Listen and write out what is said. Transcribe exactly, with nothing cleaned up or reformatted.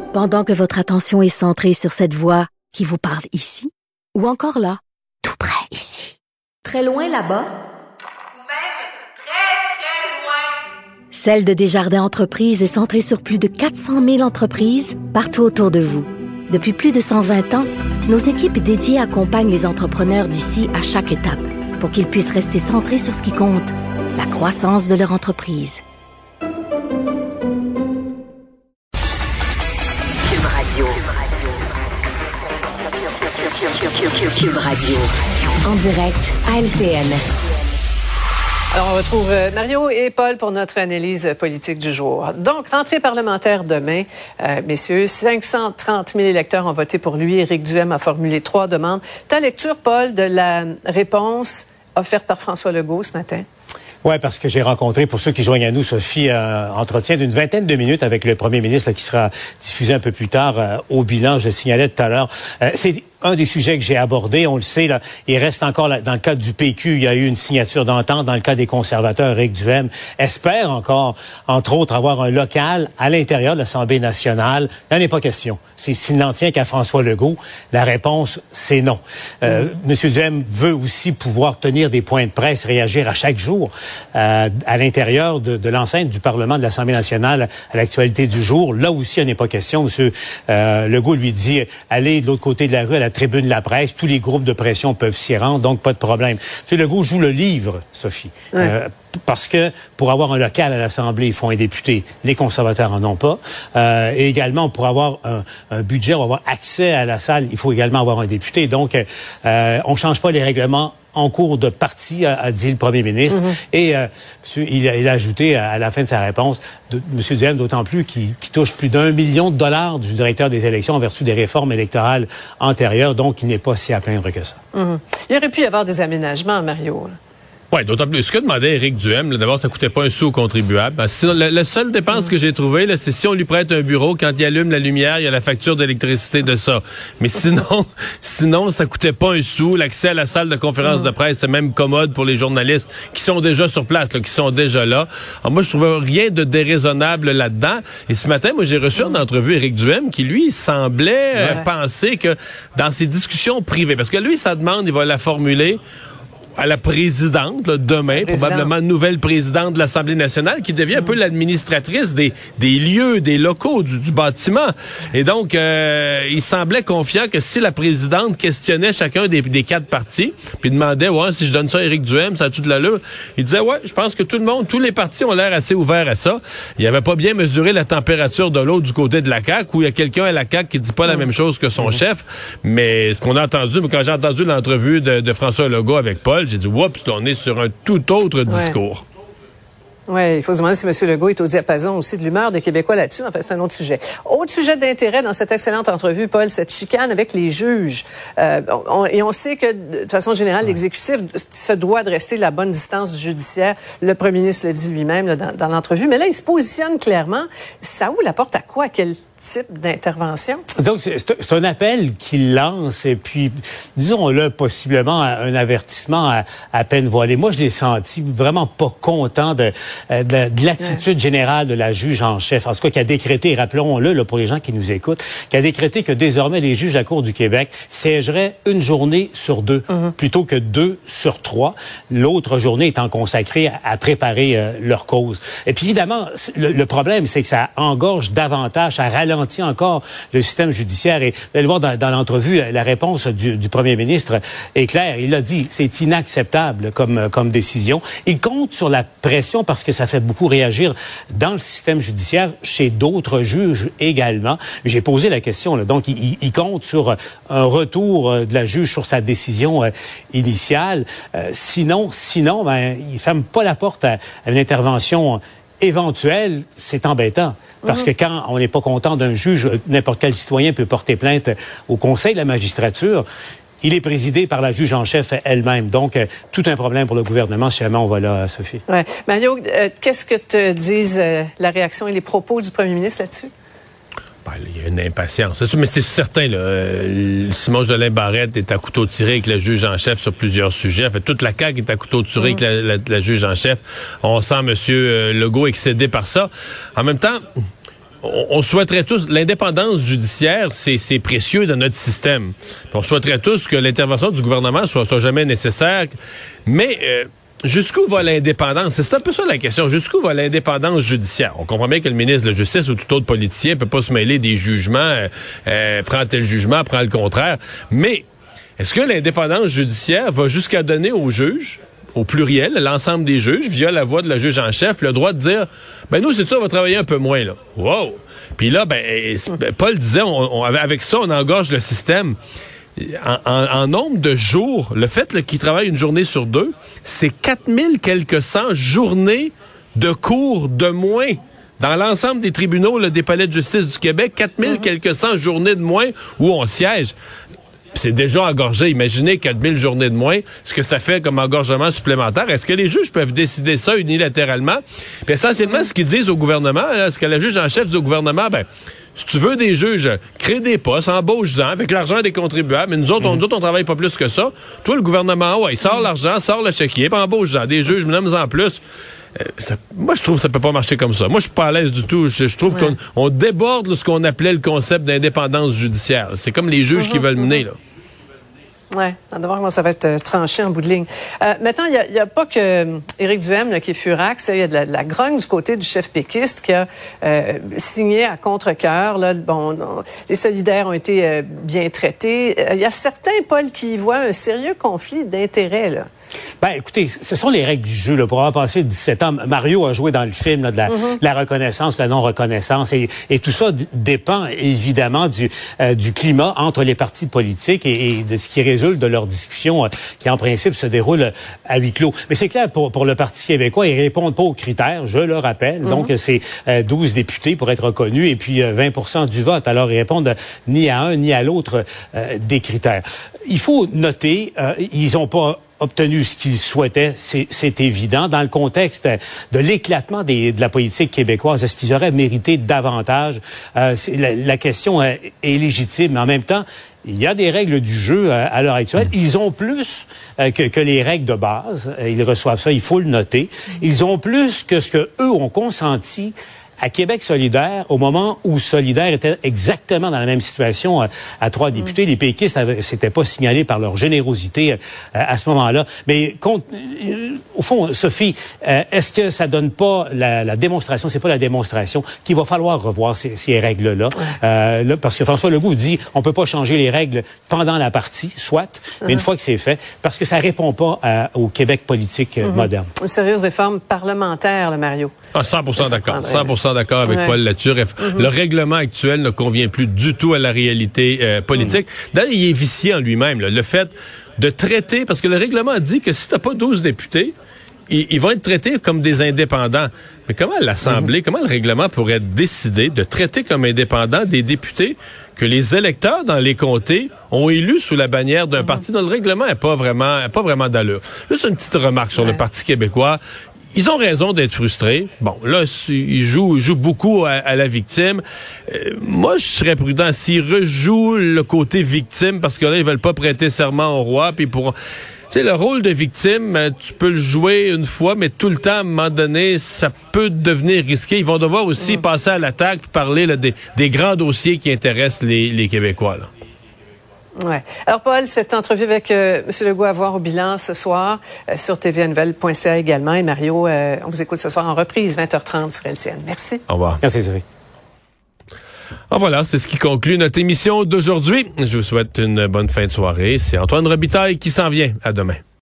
Pendant que votre attention est centrée sur cette voix qui vous parle ici, ou encore là, tout près ici, très loin là-bas, ou même très, très loin. Celle de Desjardins Entreprises est centrée sur plus de quatre cent mille entreprises partout autour de vous. Depuis plus de cent vingt ans, nos équipes dédiées accompagnent les entrepreneurs d'ici à chaque étape pour qu'ils puissent rester centrés sur ce qui compte, la croissance de leur entreprise. Cube Radio. Cube Radio. En direct à L C N. Alors, on retrouve Mario et Paul pour notre analyse politique du jour. Donc, rentrée parlementaire demain, euh, messieurs, cinq cent trente mille électeurs ont voté pour lui. Éric Duhaime a formulé trois demandes. Ta lecture, Paul, de la réponse offerte par François Legault ce matin? Oui, parce que j'ai rencontré, pour ceux qui joignent à nous, Sophie, un entretien d'une vingtaine de minutes avec le premier ministre là, qui sera diffusé un peu plus tard euh, au bilan, je le signalais tout à l'heure. Euh, c'est un des sujets que j'ai abordé, on le sait, là, il reste encore, là, dans le cadre du P Q, il y a eu une signature d'entente. Dans le cas des conservateurs, Éric Duhaime espère encore, entre autres, avoir un local à l'intérieur de l'Assemblée nationale. Il n'en est pas question. C'est s'il n'en tient qu'à François Legault. La réponse, c'est non. Euh, mmh. Monsieur Duhaime veut aussi pouvoir tenir des points de presse, réagir à chaque jour euh, à l'intérieur de, de l'enceinte du Parlement de l'Assemblée nationale à l'actualité du jour. Là aussi, il n'en est pas question. Monsieur euh, Legault lui dit, allez de l'autre côté de la rue, à la tribune de la presse, tous les groupes de pression peuvent s'y rendre, donc pas de problème. M. Legault joue le livre, Sophie, ouais. euh, parce que pour avoir un local à l'Assemblée, il faut un député. Les conservateurs en ont pas. Euh, et également, pour avoir un, un budget, ou avoir accès à la salle, il faut également avoir un député. Donc, euh, on change pas les règlements en cours de partie, a, a dit le premier ministre. Mm-hmm. Et euh, il, a, il a ajouté à, à la fin de sa réponse, de, M. Duhaime, d'autant plus qu'il touche plus d'un million de dollars du directeur des élections en vertu des réformes électorales antérieures, donc il n'est pas si à plaindre que ça. Mm-hmm. Il aurait pu y avoir des aménagements, Mario. Oui, d'autant plus. Ce que demandait Éric Duhaime, là, d'abord, ça coûtait pas un sou aux contribuables. Sinon, la, la seule dépense mmh. que j'ai trouvée, là, c'est si on lui prête un bureau, quand il allume la lumière, il y a la facture d'électricité de ça. Mais sinon, sinon, ça coûtait pas un sou. L'accès à la salle de conférence mmh. de presse, c'est même commode pour les journalistes qui sont déjà sur place, là, qui sont déjà là. Alors moi, je trouvais rien de déraisonnable là-dedans. Et ce matin, moi, j'ai reçu mmh. en entrevue Éric Duhaime qui, lui, semblait ouais. euh, penser que dans ses discussions privées, parce que lui, sa demande, il va la formuler à la présidente, là, demain, Président. probablement nouvelle présidente de l'Assemblée nationale, qui devient mmh. un peu l'administratrice des, des lieux, des locaux, du, du bâtiment. Et donc, euh, il semblait confiant que si la présidente questionnait chacun des, des quatre partis, puis demandait, ouais, si je donne ça à Éric Duhaime, ça a tout de l'allure, il disait, ouais, je pense que tout le monde, tous les partis ont l'air assez ouverts à ça. Il avait pas bien mesuré la température de l'eau du côté de la C A Q, où il y a quelqu'un à la C A Q qui dit pas mmh. la même chose que son mmh. chef. Mais ce qu'on a entendu, quand j'ai entendu l'entrevue de, de François Legault avec Paul, j'ai dit, oups, on est sur un tout autre discours. Oui, il faut se demander si M. Legault est au diapason aussi de l'humeur des Québécois là-dessus. En fait, c'est un autre sujet. Autre sujet d'intérêt dans cette excellente entrevue, Paul, cette chicane avec les juges. Euh, on, et on sait que, de façon générale, ouais. l'exécutif se doit de rester la bonne distance du judiciaire. Le premier ministre le dit lui-même là, dans, dans l'entrevue. Mais là, il se positionne clairement. Ça ouvre la porte à quoi? À quel type d'intervention? Donc, c'est, c'est un appel qu'il lance et puis, disons-le, possiblement un avertissement à, à peine voilé. Moi, je l'ai senti vraiment pas content de, de, de l'attitude ouais. générale de la juge en chef. En tout cas, qui a décrété, rappelons-le là, pour les gens qui nous écoutent, qui a décrété que désormais les juges de la Cour du Québec siégeraient une journée sur deux, mm-hmm. plutôt que deux sur trois. L'autre journée étant consacrée à, à préparer euh, leur cause. Et puis, évidemment, le, le problème, c'est que ça engorge davantage, ça ralentit encore le système judiciaire. Et vous allez voir dans, dans l'entrevue, la réponse du, du premier ministre est claire. Il a dit, c'est inacceptable comme, comme décision. Il compte sur la pression parce que ça fait beaucoup réagir dans le système judiciaire, chez d'autres juges également. J'ai posé la question, là. Donc, il, il compte sur un retour de la juge sur sa décision euh, initiale. Euh, sinon, sinon, ben, il ferme pas la porte à, à une intervention éventuelle. C'est embêtant. Parce que quand on n'est pas content d'un juge, n'importe quel citoyen peut porter plainte au Conseil de la magistrature. Il est présidé par la juge en chef elle-même. Donc, euh, tout un problème pour le gouvernement, si jamais on va là, Sophie. Ouais. Mario, euh, qu'est-ce que te disent euh, la réaction et les propos du premier ministre là-dessus? Ben, il y a une impatience. Mais c'est certain, là, euh, Simon Jolin Barrette est à couteau tiré avec la juge en chef sur plusieurs sujets. En fait, toute la C A Q est à couteau tiré mmh. avec la, la, la juge en chef. On sent M. Legault excédé par ça. En même temps, on, on souhaiterait tous, l'indépendance judiciaire, c'est, c'est précieux dans notre système. Puis on souhaiterait tous que l'intervention du gouvernement soit, soit jamais nécessaire. Mais euh, jusqu'où va l'indépendance? C'est un peu ça la question. Jusqu'où va l'indépendance judiciaire? On comprend bien que le ministre de la Justice ou tout autre politicien peut pas se mêler des jugements, euh, euh, prend tel jugement, prend le contraire. Mais est-ce que l'indépendance judiciaire va jusqu'à donner aux juges, au pluriel, l'ensemble des juges, via la voix de la juge en chef, le droit de dire, ben nous, c'est ça, on va travailler un peu moins, là. Wow! Puis là, ben, Paul disait, on, on, avec ça, on engorge le système. En, en, en nombre de jours, le fait là, qu'il travaille une journée sur deux, c'est quatre mille quelques cents journées de cours de moins. Dans l'ensemble des tribunaux, là, des palais de justice du Québec, quatre mille mm-hmm. quelques cents journées de moins où on siège. C'est déjà engorgé. Imaginez quatre mille journées de moins, ce que ça fait comme engorgement supplémentaire. Est-ce que les juges peuvent décider ça unilatéralement? Puis essentiellement, ce qu'ils disent au gouvernement, là, ce que la juge en chef dit au gouvernement, ben, si tu veux des juges, crée des postes, embauche-en avec l'argent des contribuables. Mais nous autres, on, nous autres, on travaille pas plus que ça. Toi, le gouvernement, ouais, sort l'argent, sort le chéquier, puis embauche-en. Des juges, nomme-en plus. Euh, ça, moi, je trouve que ça peut pas marcher comme ça. Moi, je suis pas à l'aise du tout. Je, je trouve ouais. qu'on on déborde là, ce qu'on appelait le concept d'indépendance judiciaire. C'est comme les juges mm-hmm, qui veulent mm-hmm. mener, là. Oui, on va voir comment ça va être euh, tranché en bout de ligne. Euh, maintenant, il n'y a, a pas que euh, Éric Duhem là, qui est furax. Il y a de la, de la grogne du côté du chef péquiste qui a euh, signé à contre-cœur. Là, bon, non, les solidaires ont été euh, bien traités. Il euh, y a certains, Paul, qui voient un sérieux conflit d'intérêts, là. Ben, écoutez, ce sont les règles du jeu. Là, pour avoir passé dix-sept ans, Mario a joué dans le film là, de, la, mm-hmm. de la reconnaissance, de la non-reconnaissance. Et, et tout ça d- dépend évidemment du, euh, du climat entre les partis politiques et, et de ce qui résulte de leur discussion euh, qui, en principe, se déroule euh, à huis clos. Mais c'est clair, pour, pour le Parti québécois, ils répondent pas aux critères, je le rappelle. Mm-hmm. Donc, c'est euh, douze députés pour être reconnus et puis euh, vingt pour cent du vote. Alors, ils répondent ni à un ni à l'autre euh, des critères. Il faut noter, euh, ils ont pas obtenu ce qu'ils souhaitaient, c'est, c'est évident. Dans le contexte de l'éclatement des, de la politique québécoise, est-ce qu'ils auraient mérité davantage? Euh, c'est, la, la question est, est légitime, mais en même temps, il y a des règles du jeu à, à l'heure actuelle. Ils ont plus euh, que, que les règles de base. Ils reçoivent ça, il faut le noter. Ils ont plus que ce que eux ont consenti à Québec solidaire, au moment où Solidaire était exactement dans la même situation euh, à trois députés, mmh. les péquistes ne s'étaient pas signalés par leur générosité euh, à ce moment-là. Mais compte, euh, au fond, Sophie, euh, est-ce que ça donne pas la, la démonstration, c'est pas la démonstration qu'il va falloir revoir ces, ces règles-là, ouais. euh, là, parce que François Legault dit on peut pas changer les règles pendant la partie, soit, mais mmh. une fois que c'est fait, parce que ça répond pas à, au Québec politique euh, mmh. moderne. Une sérieuse réforme parlementaire, là, Mario. Ah, cent pour cent d'accord. cent pour cent d'accord avec ouais. Paul là-dessus. Mm-hmm. Le règlement actuel ne convient plus du tout à la réalité euh, politique. Mm. D'ailleurs, il est vicié en lui-même. Là. Le fait de traiter, parce que le règlement dit que si tu n'as pas douze députés, ils, ils vont être traités comme des indépendants. Mais comment l'Assemblée, mm-hmm. comment le règlement pourrait décider de traiter comme indépendants des députés que les électeurs dans les comtés ont élus sous la bannière d'un mm-hmm. parti dont le règlement n'est pas vraiment, pas vraiment d'allure? Juste une petite remarque sur ouais. le Parti québécois. Ils ont raison d'être frustrés. Bon, là, ils jouent, ils jouent beaucoup à, à la victime. Euh, moi, je serais prudent s'ils rejouent le côté victime, parce que là, ils veulent pas prêter serment au roi, puis pour... Tu sais, le rôle de victime, tu peux le jouer une fois, mais tout le temps, à un moment donné, ça peut devenir risqué. Ils vont devoir aussi mmh. passer à l'attaque, puis parler là, des, des grands dossiers qui intéressent les, les Québécois, là. Ouais. Alors, Paul, cette entrevue avec euh, M. Legault à voir au bilan ce soir euh, sur t v n nouvelles point c a également. Et Mario, euh, on vous écoute ce soir en reprise, vingt heures trente sur L C N. Merci. Au revoir. Merci, Sophie. Ah, voilà, c'est ce qui conclut notre émission d'aujourd'hui. Je vous souhaite une bonne fin de soirée. C'est Antoine Robitaille qui s'en vient. À demain.